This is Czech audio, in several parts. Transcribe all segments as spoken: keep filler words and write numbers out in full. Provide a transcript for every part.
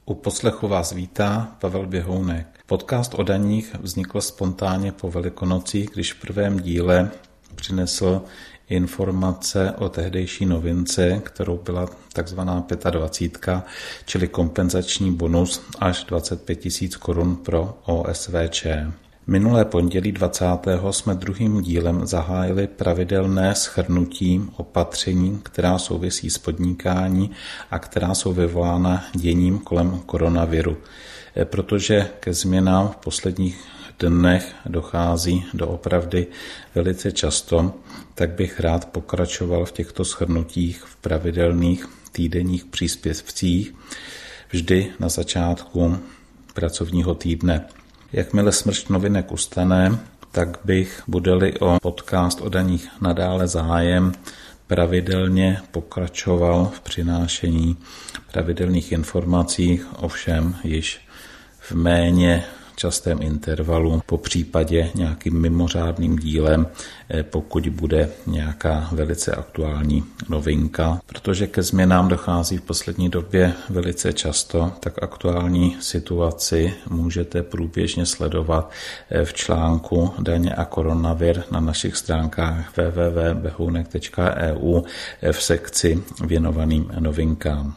U poslechu vás vítá Pavel Běhounek. Podcast o daních vznikl spontánně po Velikonocích, když v prvém díle přinesl informace o tehdejší novince, kterou byla takzvaná dvacítka pět, čili kompenzační bonus až dvacet pět tisíc korun pro O S V Č. Minulé pondělí dvacátého jsme druhým dílem zahájili pravidelné shrnutí opatření, která souvisí s podnikání a která jsou vyvolána děním kolem koronaviru. Protože ke změnám v posledních dnech dochází doopravdy velice často, tak bych rád pokračoval v těchto shrnutích v pravidelných týdenních příspěvcích vždy na začátku pracovního týdne. Jakmile smršť novinek ustane, tak bych, bude-li o podcast o daních nadále zájem, pravidelně pokračoval v přinášení pravidelných informací, ovšem již v méně častém intervalu, po případě nějakým mimořádným dílem, pokud bude nějaká velice aktuální novinka. Protože ke změnám dochází v poslední době velice často, tak aktuální situaci můžete průběžně sledovat v článku Daně a koronavir na našich stránkách w w w tečka behounek tečka e u v sekci věnovaným novinkám.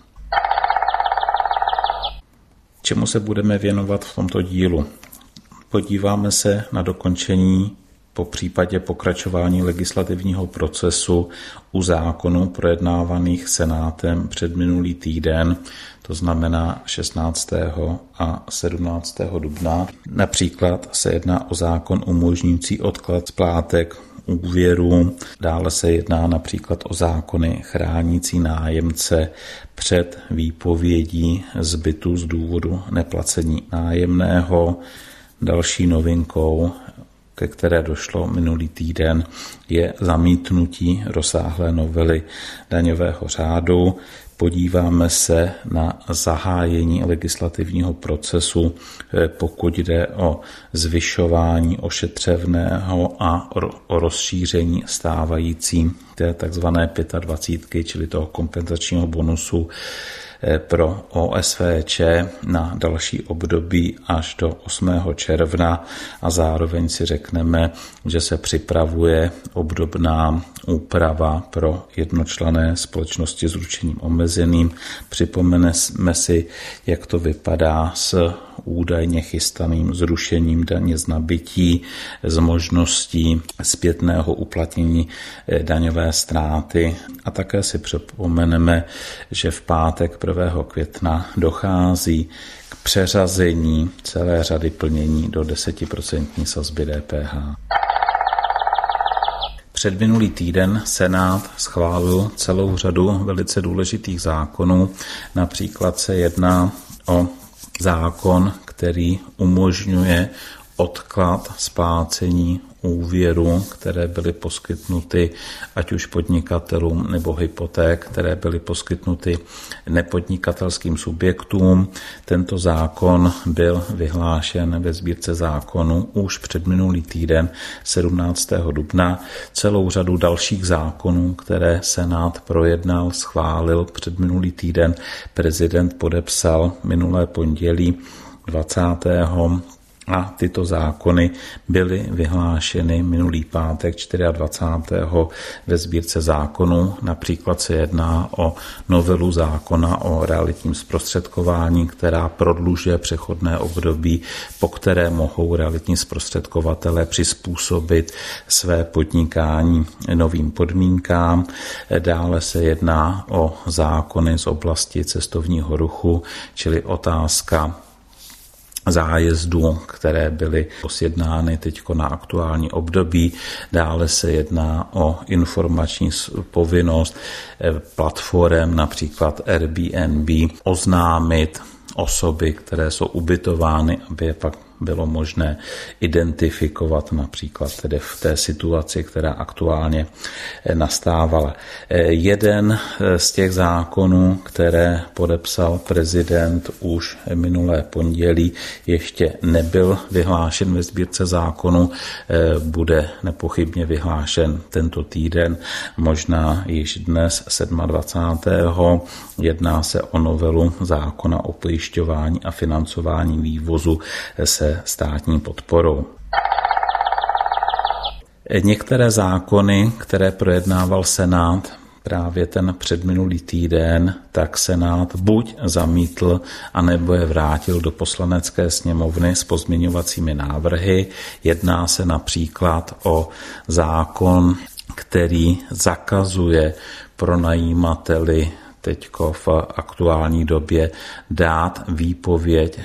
Čemu se budeme věnovat v tomto dílu? Podíváme se na dokončení, po případě pokračování legislativního procesu u zákonů projednávaných Senátem před minulý týden, to znamená šestnáctého a sedmnáctého dubna. Například se jedná o zákon umožňující odklad splátek úvěru, dále se jedná například o zákony chránící nájemce před výpovědí z bytu z důvodu neplacení nájemného. Další novinkou, ke které došlo minulý týden, je zamítnutí rozsáhlé novely daňového řádu. Podíváme se na zahájení legislativního procesu, pokud jde o zvyšování ošetřovného a o rozšíření stávající té takzvané dvacítky pět, čili toho kompenzačního bonusu pro O S V Č na další období až do osmého června a zároveň si řekneme, že se připravuje obdobná úprava pro jednočlenné společnosti s ručením omezeným. Připomeneme si, jak to vypadá s údajně chystaným zrušením daně z nabytí, s možností zpětného uplatnění daňové ztráty a také si připomeneme, že v pátek prvního května dochází k přeřazení celé řady plnění do desetiprocentní sazby D P H. Předminulý týden Senát schválil celou řadu velice důležitých zákonů. Například se jedná o zákon, který umožňuje odklad splácení úvěru, které byly poskytnuty ať už podnikatelům nebo hypoték, které byly poskytnuty nepodnikatelským subjektům. Tento zákon byl vyhlášen ve sbírce zákonů už před minulý týden sedmnáctého dubna. Celou řadu dalších zákonů, které Senát projednal, schválil před minulý týden, prezident podepsal minulé pondělí dvacátého a tyto zákony byly vyhlášeny minulý pátek dvacátého čtvrtého ve sbírce zákonů. Například se jedná o novelu zákona o realitním zprostředkování, která prodlužuje přechodné období, po které mohou realitní zprostředkovatelé přizpůsobit své podnikání novým podmínkám. Dále se jedná o zákony z oblasti cestovního ruchu, čili otázka zájezdů, které byly posjednány teď na aktuální období. Dále se jedná o informační povinnost platform, například Airbnb, oznámit osoby, které jsou ubytovány, aby je pak bylo možné identifikovat například tedy v té situaci, která aktuálně nastávala. Jeden z těch zákonů, které podepsal prezident už minulé pondělí, ještě nebyl vyhlášen ve sbírce zákonů, bude nepochybně vyhlášen tento týden, možná již dnes dvacátého sedmého Jedná se o novelu zákona o pojišťování a financování vývozu se státní podporou. Některé zákony, které projednával Senát právě ten předminulý týden, tak Senát buď zamítl, anebo je vrátil do Poslanecké sněmovny s pozměňovacími návrhy. Jedná se například o zákon, který zakazuje pronajímateli teďko v aktuální době dát výpověď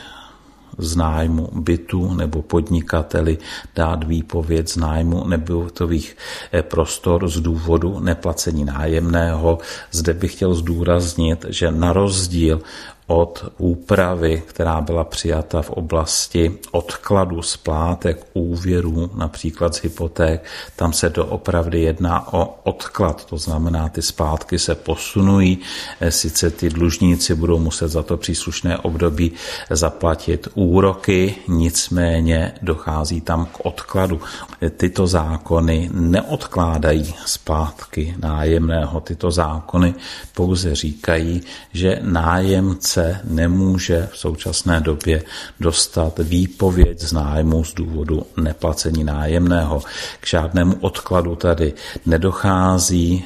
z nájmu bytu nebo podnikateli dát výpověď z nájmu nebytových prostor z důvodu neplacení nájemného. Zde bych chtěl zdůraznit, že na rozdíl od úpravy, která byla přijata v oblasti odkladu splátek úvěrů, například z hypoték, tam se doopravdy jedná o odklad, to znamená, ty splátky se posunují, sice ty dlužníci budou muset za to příslušné období zaplatit úroky, nicméně dochází tam k odkladu. Tyto zákony neodkládají splátky nájemného, tyto zákony pouze říkají, že nájemce nemůže v současné době dostat výpověď z nájmu z důvodu neplacení nájemného. K žádnému odkladu tady nedochází,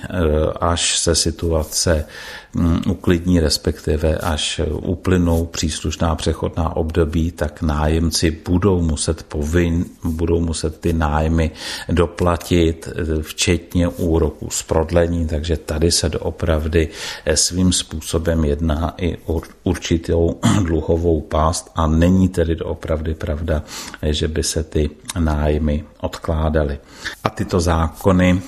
až se situace uklidní, respektive až uplynou příslušná přechodná období, tak nájemci budou muset povin, budou muset ty nájmy doplatit, včetně úroku z prodlení, takže tady se doopravdy svým způsobem jedná i o určitou dluhovou pást a není tedy doopravdy pravda, že by se ty nájmy odkládaly. A tyto zákony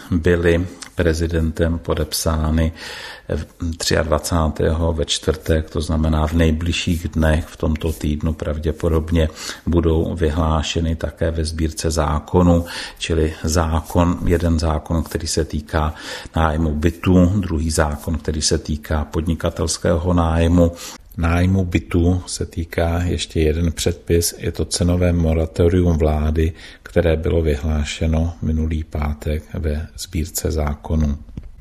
byly prezidentem podepsány dvacátého třetího ve čtvrtek, to znamená v nejbližších dnech v tomto týdnu pravděpodobně budou vyhlášeny také ve sbírce zákonů, čili zákon, jeden zákon, který se týká nájmu bytu, druhý zákon, který se týká podnikatelského nájmu. Nájmu bytu se týká ještě jeden předpis, je to cenové moratorium vlády, které bylo vyhlášeno minulý pátek ve sbírce zákonů.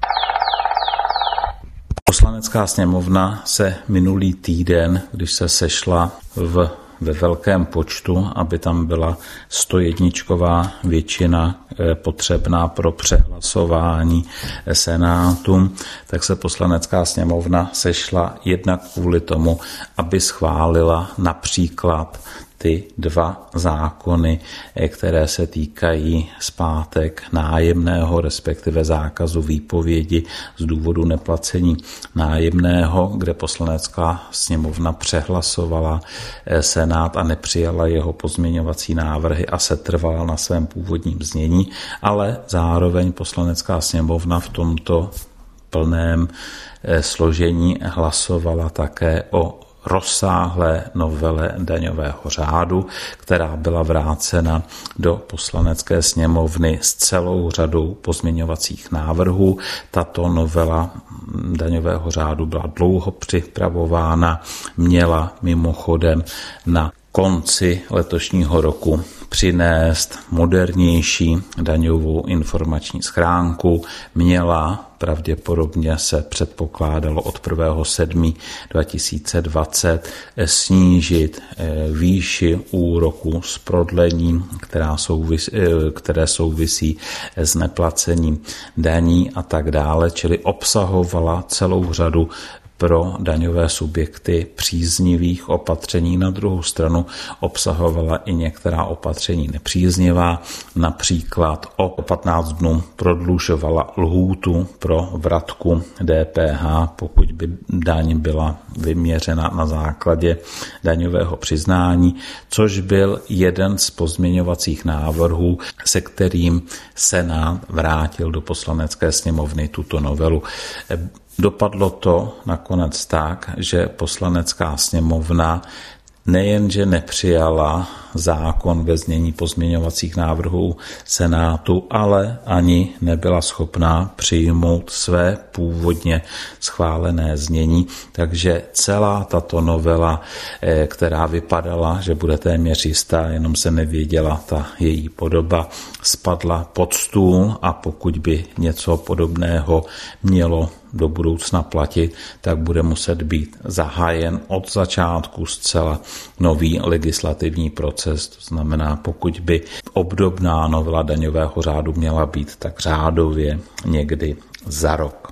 Poslanecká sněmovna se minulý týden, když se sešla v ve velkém počtu, aby tam byla stojedničková většina potřebná pro přehlasování Senátu, tak se Poslanecká sněmovna sešla jednak kvůli tomu, aby schválila například ty dva zákony, které se týkají splátek nájemného, respektive zákazu výpovědi z důvodu neplacení nájemného, kde Poslanecká sněmovna přehlasovala Senát a nepřijala jeho pozměňovací návrhy a setrvala na svém původním znění, ale zároveň Poslanecká sněmovna v tomto plném složení hlasovala také o rozsáhlé novele daňového řádu, která byla vrácena do Poslanecké sněmovny s celou řadou pozměňovacích návrhů. Tato novela daňového řádu byla dlouho připravována, měla mimochodem na konci letošního roku přinést modernější daňovou informační schránku, měla pravděpodobně se předpokládalo od prvního sedmého dva tisíce dvacet snížit výši úroku z prodlení, která souvisí, které souvisí s neplacením daní a tak dále, čili obsahovala celou řadu pro daňové subjekty příznivých opatření. Na druhou stranu obsahovala i některá opatření nepříznivá, například o patnáct dnů prodlužovala lhůtu pro vratku D P H, pokud by daň byla vyměřena na základě daňového přiznání, což byl jeden z pozměňovacích návrhů, se kterým Senát vrátil do Poslanecké sněmovny tuto novelu. Dopadlo to nakonec tak, že Poslanecká sněmovna nejenže nepřijala zákon ve znění pozměňovacích návrhů Senátu, ale ani nebyla schopná přijmout své původně schválené znění, takže celá tato novela, která vypadala, že bude téměř jistá, jenom se nevěděla ta její podoba, spadla pod stůl a pokud by něco podobného mělo do budoucna platit, tak bude muset být zahájen od začátku zcela nový legislativní proces. To znamená, pokud by obdobná novela daňového řádu měla být, tak řádově někdy za rok.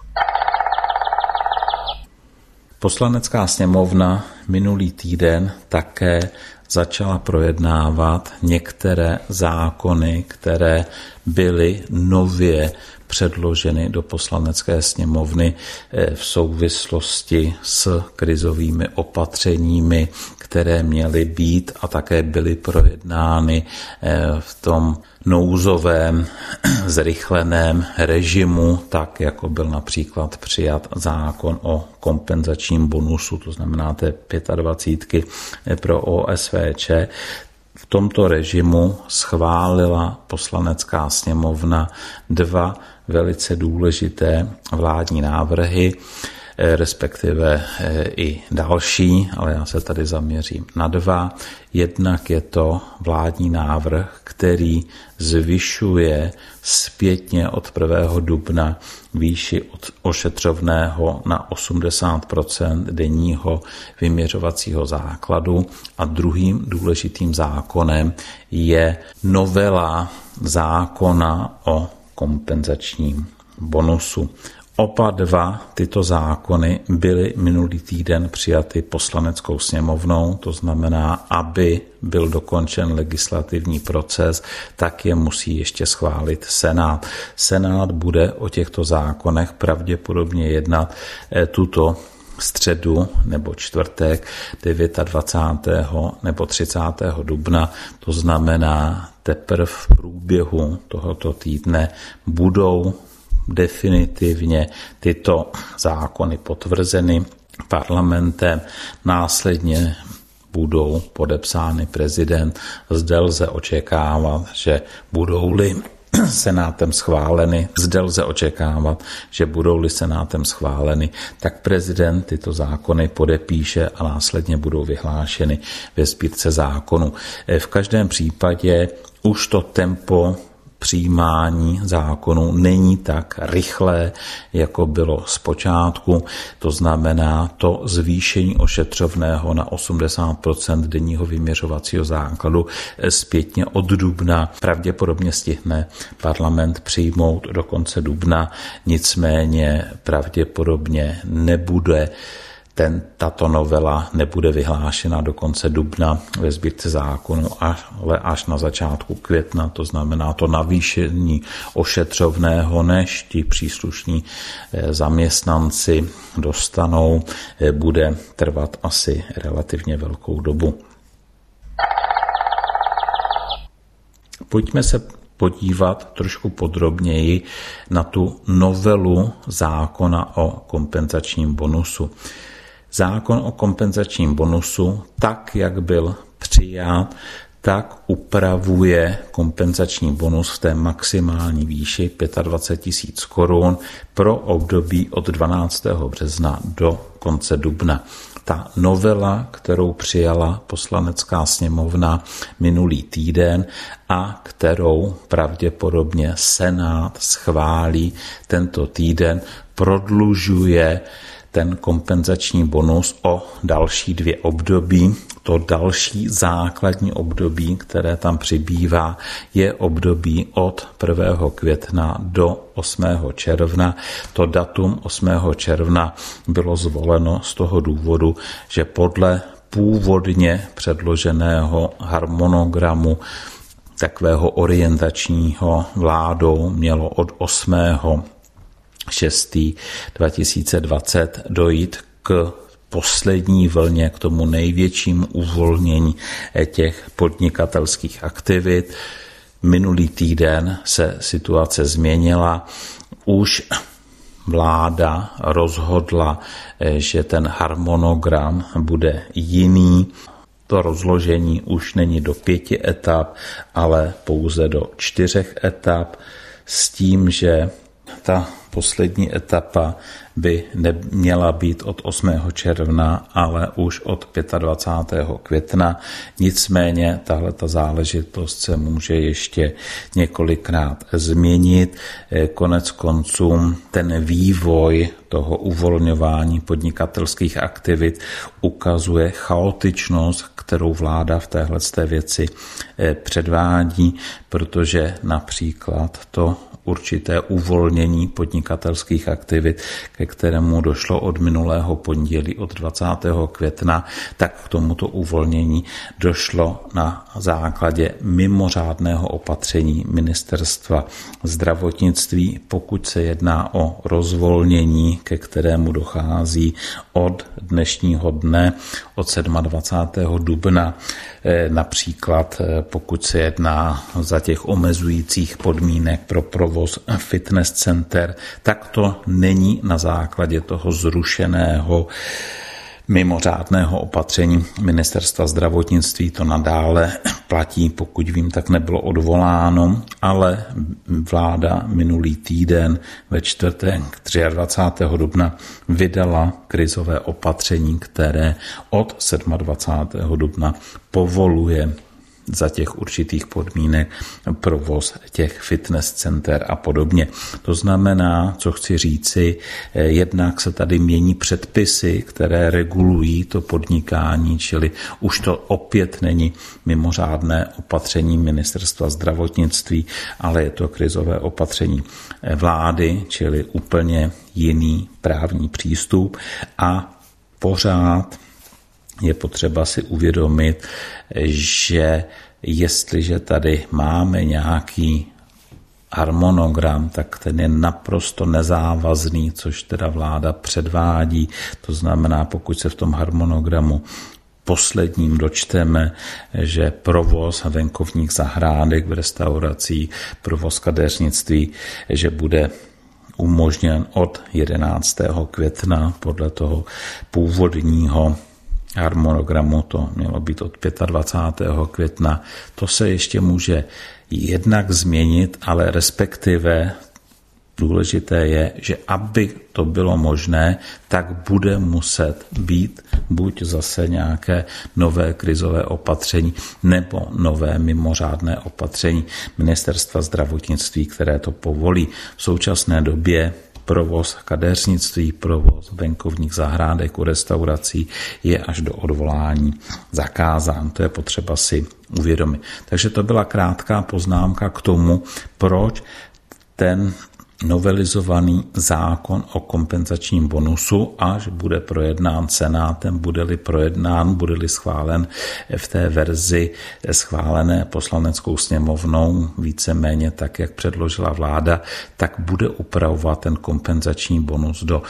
Poslanecká sněmovna minulý týden také začala projednávat některé zákony, které byly nově předloženy do Poslanecké sněmovny v souvislosti s krizovými opatřeními, které měly být a také byly projednány v tom nouzovém zrychleném režimu, tak jako byl například přijat zákon o kompenzačním bonusu, to znamená té dvacítky pět pro O S V Č. V tomto režimu schválila Poslanecká sněmovna dva velice důležité vládní návrhy, respektive i další, ale já se tady zaměřím na dva. Jednak je to vládní návrh, který zvyšuje zpětně od prvního dubna výši od ošetřovného na osmdesát procent denního vyměřovacího základu a druhým důležitým zákonem je novela zákona o kompenzačním bonusu. Oba dva tyto zákony byly minulý týden přijaty Poslaneckou sněmovnou, to znamená, aby byl dokončen legislativní proces, tak je musí ještě schválit Senát. Senát bude o těchto zákonech pravděpodobně jednat tuto středu nebo čtvrtek dvacátého devátého nebo třicátého dubna, to znamená teprve v průběhu tohoto týdne budou definitivně tyto zákony potvrzeny parlamentem, následně budou podepsány prezident. Zde lze očekávat, že budou-li senátem schváleny, zde lze očekávat, že budou-li senátem schváleny, tak prezident tyto zákony podepíše a následně budou vyhlášeny ve sbírce zákonů. V každém případě už to tempo přijímání zákonů není tak rychlé, jako bylo zpočátku. To znamená, to zvýšení ošetřovného na osmdesát procent denního vyměřovacího základu zpětně od dubna pravděpodobně stihne parlament přijmout do konce dubna, nicméně pravděpodobně nebude Ten, tato novela nebude vyhlášena do konce dubna ve sbírce zákonu, ale až na začátku května, to znamená to navýšení ošetřovného, než ti příslušní zaměstnanci dostanou, bude trvat asi relativně velkou dobu. Pojďme se podívat trošku podrobněji na tu novelu zákona o kompenzačním bonusu. Zákon o kompenzačním bonusu, tak jak byl přijat, tak upravuje kompenzační bonus v té maximální výši dvacet pět tisíc korun pro období od dvanáctého března do konce dubna. Ta novela, kterou přijala Poslanecká sněmovna minulý týden a kterou pravděpodobně Senát schválí tento týden, prodlužuje ten kompenzační bonus o další dvě období. To další základní období, které tam přibývá, je období od prvního května do osmého června. To datum osmého června bylo zvoleno z toho důvodu, že podle původně předloženého harmonogramu takového orientačního vládou mělo od osmého šestého dva tisíce dvacet dojít k poslední vlně, k tomu největšímu uvolnění těch podnikatelských aktivit. Minulý týden se situace změnila. Už vláda rozhodla, že ten harmonogram bude jiný. To rozložení už není do pěti etap, ale pouze do čtyřech etap, s tím, že ta poslední etapa by neměla být od osmého června, ale už od dvacátého pátého května. Nicméně tahle ta záležitost se může ještě několikrát změnit. Konec konců ten vývoj toho uvolňování podnikatelských aktivit ukazuje chaotičnost, kterou vláda v téhleté věci předvádí, protože například to určité uvolnění podnikatelských aktivit, ke kterému došlo od minulého pondělí od dvacátého května, tak k tomuto uvolnění došlo na základě mimořádného opatření Ministerstva zdravotnictví, pokud se jedná o rozvolnění, ke kterému dochází od dnešního dne, od dvacátého sedmého dubna, například pokud se jedná za těch omezujících podmínek pro provoz fitness center, tak to není na základě toho zrušeného mimořádného opatření Ministerstva zdravotnictví, to nadále platí, pokud vím, tak nebylo odvoláno, ale vláda minulý týden ve čtvrtek dvacátého třetího dubna vydala krizové opatření, které od dvacátého sedmého dubna povoluje za těch určitých podmínek provoz těch fitness center a podobně. To znamená, co chci říci, jednak se tady mění předpisy, které regulují to podnikání, čili už to opět není mimořádné opatření Ministerstva zdravotnictví, ale je to krizové opatření vlády, čili úplně jiný právní přístup a pořád je potřeba si uvědomit, že jestliže tady máme nějaký harmonogram, tak ten je naprosto nezávazný, což teda vláda předvádí. To znamená, pokud se v tom harmonogramu posledním dočteme, že provoz venkovních zahrádek v restauracích, provoz kadeřnictví, že bude umožněn od jedenáctého května podle toho původního harmonogramu, to mělo být od dvacátého pátého května. To se ještě může jednak změnit, ale respektive důležité je, že aby to bylo možné, tak bude muset být buď zase nějaké nové krizové opatření nebo nové mimořádné opatření Ministerstva zdravotnictví, které to povolí. V současné době provoz kadeřnictví, provoz venkovních zahrádek u restaurací je až do odvolání zakázán. To je potřeba si uvědomit. Takže to byla krátká poznámka k tomu, proč ten novelizovaný zákon o kompenzačním bonusu, až bude projednán Senátem, bude-li projednán, bude-li schválen v té verzi schválené Poslaneckou sněmovnou, víceméně tak, jak předložila vláda, tak bude upravovat ten kompenzační bonus do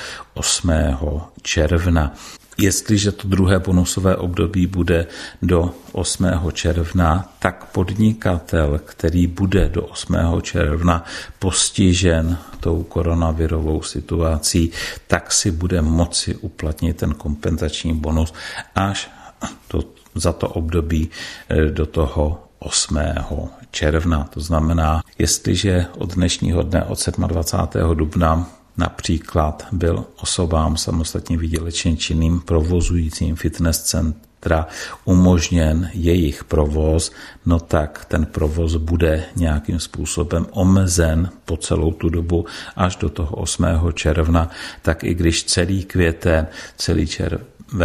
osmého června. Jestliže to druhé bonusové období bude do osmého června, tak podnikatel, který bude do osmého června postižen tou koronavirovou situací, tak si bude moci uplatnit ten kompenzační bonus až do, za to období do toho osmého června. To znamená, jestliže od dnešního dne od dvacátého sedmého dubna například byl osobám samostatně výdělečně činným provozujícím fitness centra umožněn jejich provoz, no tak ten provoz bude nějakým způsobem omezen po celou tu dobu až do toho osmého června, tak i když celý květen, celý červen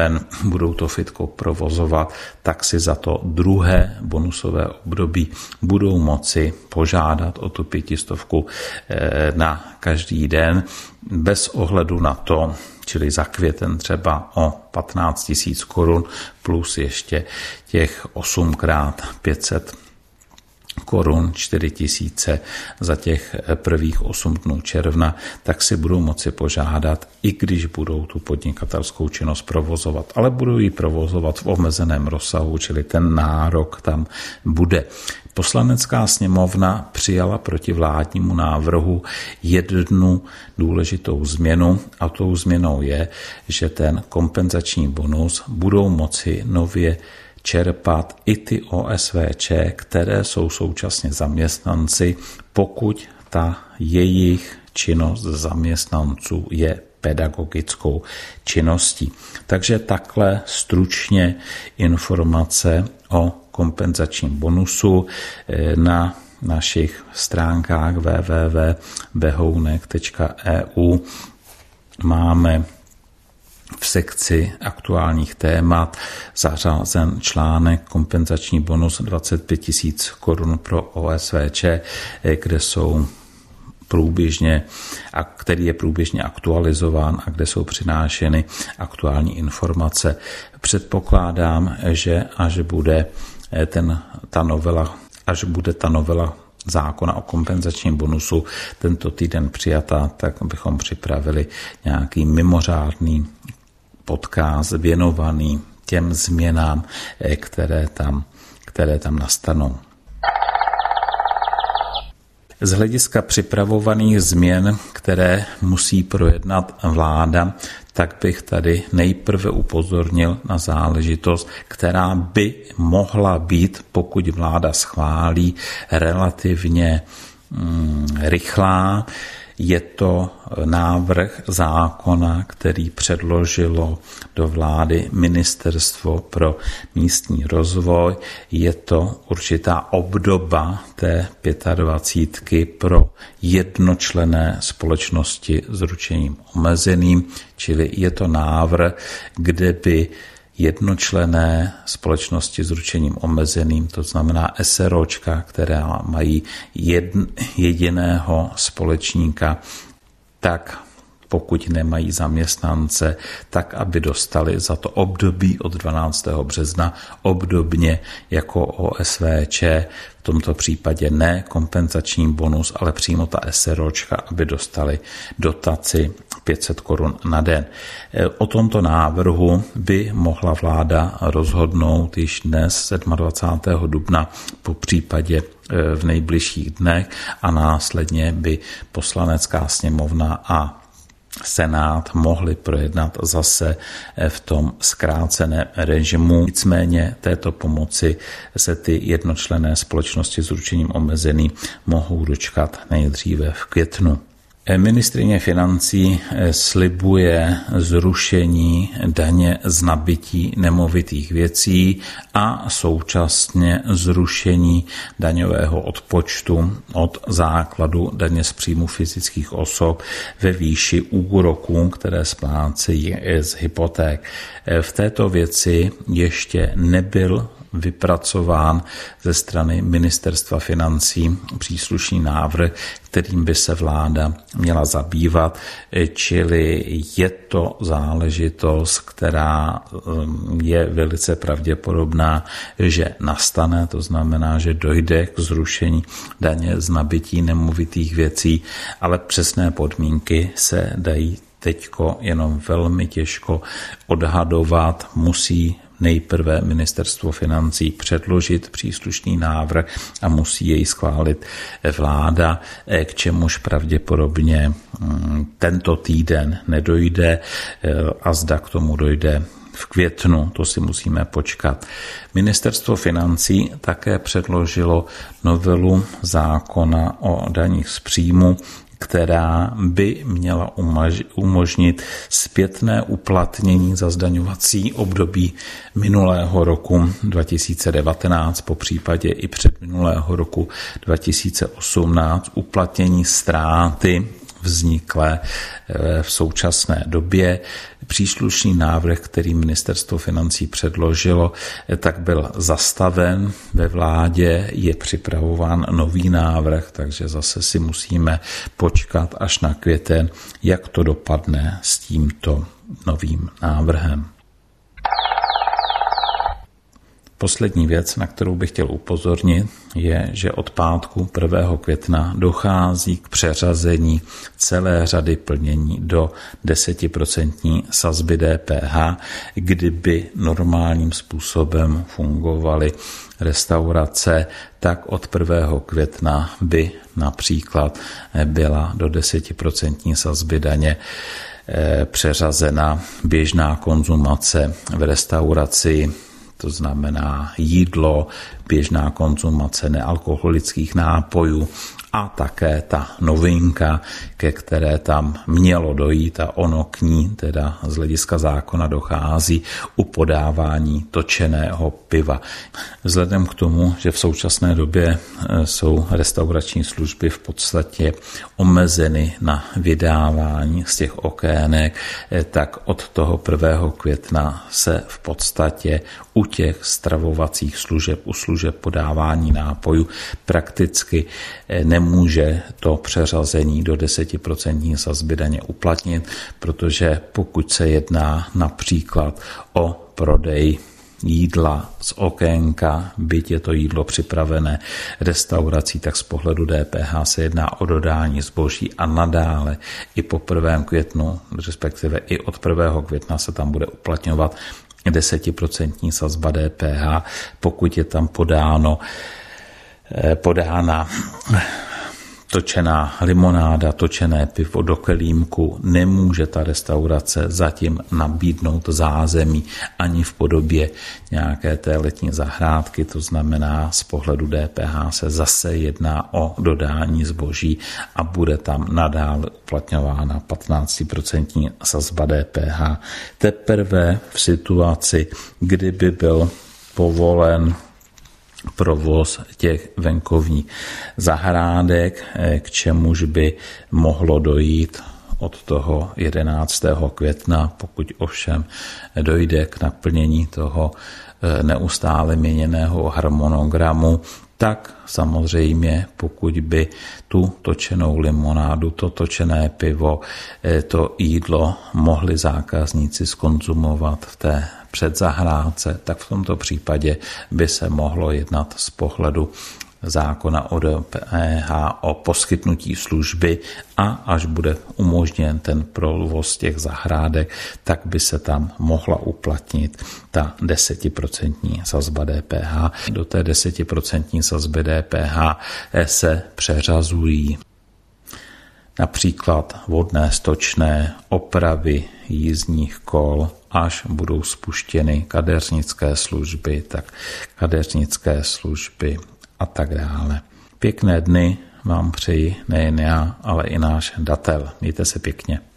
budou to fitko provozovat, tak si za to druhé bonusové období budou moci požádat o tu pětistovku na každý den bez ohledu na to, čili za květen třeba o patnáct tisíc korun plus ještě těch osmkrát pět set korun, čtyři tisíce za těch prvních osm dnů června, tak si budou moci požádat, i když budou tu podnikatelskou činnost provozovat, ale budou ji provozovat v omezeném rozsahu, čili ten nárok tam bude. Poslanecká sněmovna přijala proti vládnímu návrhu jednu důležitou změnu a tou změnou je, že ten kompenzační bonus budou moci nově čerpat i ty O S V Č, které jsou současně zaměstnanci, pokud ta jejich činnost zaměstnanců je pedagogickou činností. Takže takhle stručně informace o kompenzačním bonusu. Na našich stránkách w w w tečka behounek tečka e u máme v sekci aktuálních témat zařazen článek kompenzační bonus dvacet pět tisíc korun pro O S V Č, kde jsou průběžně, a který je průběžně aktualizován a kde jsou přinášeny aktuální informace. Předpokládám, že až bude ten, ta novela, až bude ta novela zákona o kompenzačním bonusu tento týden přijata, tak bychom připravili nějaký mimořádný podcast věnovaný těm změnám, které tam, které tam nastanou. Z hlediska připravovaných změn, které musí projednat vláda, tak bych tady nejprve upozornil na záležitost, která by mohla být, pokud vláda schválí, relativně mm, rychlá. Je to návrh zákona, který předložilo do vlády Ministerstvo pro místní rozvoj. Je to určitá obdoba té dvacítky pět pro jednočlenné společnosti s ručením omezeným, čili je to návrh, kde by jednočlenné společnosti s ručením omezeným, to znamená SROčka, které mají jedn, jediného společníka, tak pokud nemají zaměstnance, tak aby dostali za to období od dvanáctého března obdobně jako O S V Č, v tomto případě ne kompenzační bonus, ale přímo ta SROčka, aby dostali dotaci pět set korun na den. O tomto návrhu by mohla vláda rozhodnout již dnes dvacátého sedmého dubna, po případě v nejbližších dnech, a následně by Poslanecká sněmovna a Senát mohli projednat zase v tom zkráceném režimu. Nicméně této pomoci se ty jednočlenné společnosti s ručením omezeným mohou dočkat nejdříve v květnu. Ministryně financí slibuje zrušení daně z nabytí nemovitých věcí a současně zrušení daňového odpočtu od základu daně z příjmu fyzických osob ve výši úroků, které splácejí z hypoték. V této věci ještě nebyl vypracován ze strany Ministerstva financí příslušný návrh, kterým by se vláda měla zabývat, čili je to záležitost, která je velice pravděpodobná, že nastane, to znamená, že dojde k zrušení daně z nabytí nemovitých věcí, ale přesné podmínky se dají teďko jenom velmi těžko odhadovat, musí nejprve Ministerstvo financí předložit příslušný návrh a musí jej schválit vláda, k čemuž pravděpodobně tento týden nedojde a zda k tomu dojde v květnu, to si musíme počkat. Ministerstvo financí také předložilo novelu zákona o daních z příjmu, která by měla umožnit zpětné uplatnění za zdaňovací období minulého roku dva tisíce devatenáct, po případě i předminulého roku dva tisíce osmnáct, uplatnění ztráty vzniklé v současné době. Příslušný návrh, který Ministerstvo financí předložilo, tak byl zastaven ve vládě, je připravován nový návrh, takže zase si musíme počkat až na květen, jak to dopadne s tímto novým návrhem. Poslední věc, na kterou bych chtěl upozornit, je, že od pátku prvního května dochází k přeřazení celé řady plnění do desetiprocentní sazby D P H, kdyby normálním způsobem fungovaly restaurace, tak od prvního května by například byla do desetiprocentní sazby daně přeřazena běžná konzumace v restauraci, to znamená jídlo, běžná konzumace nealkoholických nápojů a také ta novinka, ke které tam mělo dojít a ono k ní teda z hlediska zákona dochází u podávání točeného piva. Vzhledem k tomu, že v současné době jsou restaurační služby v podstatě omezeny na vydávání z těch okének, tak od toho prvního května se v podstatě u těch stravovacích služeb, u služeb podávání nápojů prakticky nemůže to přeřazení do desetiprocentní sazby daně uplatnit, protože pokud se jedná například o prodej jídla z okénka, byť je to jídlo připravené restaurací, tak z pohledu D P H se jedná o dodání zboží a nadále i po prvním květnu, respektive i od prvního května se tam bude uplatňovat desetiprocentní sazba D P H, pokud je tam podáno, podána točená limonáda, točené pivo do kelímku, nemůže ta restaurace zatím nabídnout zázemí ani v podobě nějaké té letní zahrádky, to znamená z pohledu D P H se zase jedná o dodání zboží a bude tam nadále uplatňována patnáctiprocentní sazba D P H. Teprve v situaci, kdyby byl povolen provoz těch venkovních zahrádek, k čemuž by mohlo dojít od toho jedenáctého května, pokud ovšem dojde k naplnění toho neustále měněného harmonogramu, tak samozřejmě pokud by tu točenou limonádu, to točené pivo, to jídlo mohli zákazníci skonzumovat v té předzahrádce, tak v tomto případě by se mohlo jednat z pohledu zákona o D P H o poskytnutí služby a až bude umožněn ten provoz těch zahrádek, tak by se tam mohla uplatnit ta desetiprocentní sazba D P H. Do té desetiprocentní sazby D P H se přeřazují například vodné, stočné, opravy jízdních kol, až budou spuštěny kadeřnické služby, tak kadeřnické služby a tak dále. Pěkné dny vám přeji nejen já, ale i náš datel. Mějte se pěkně.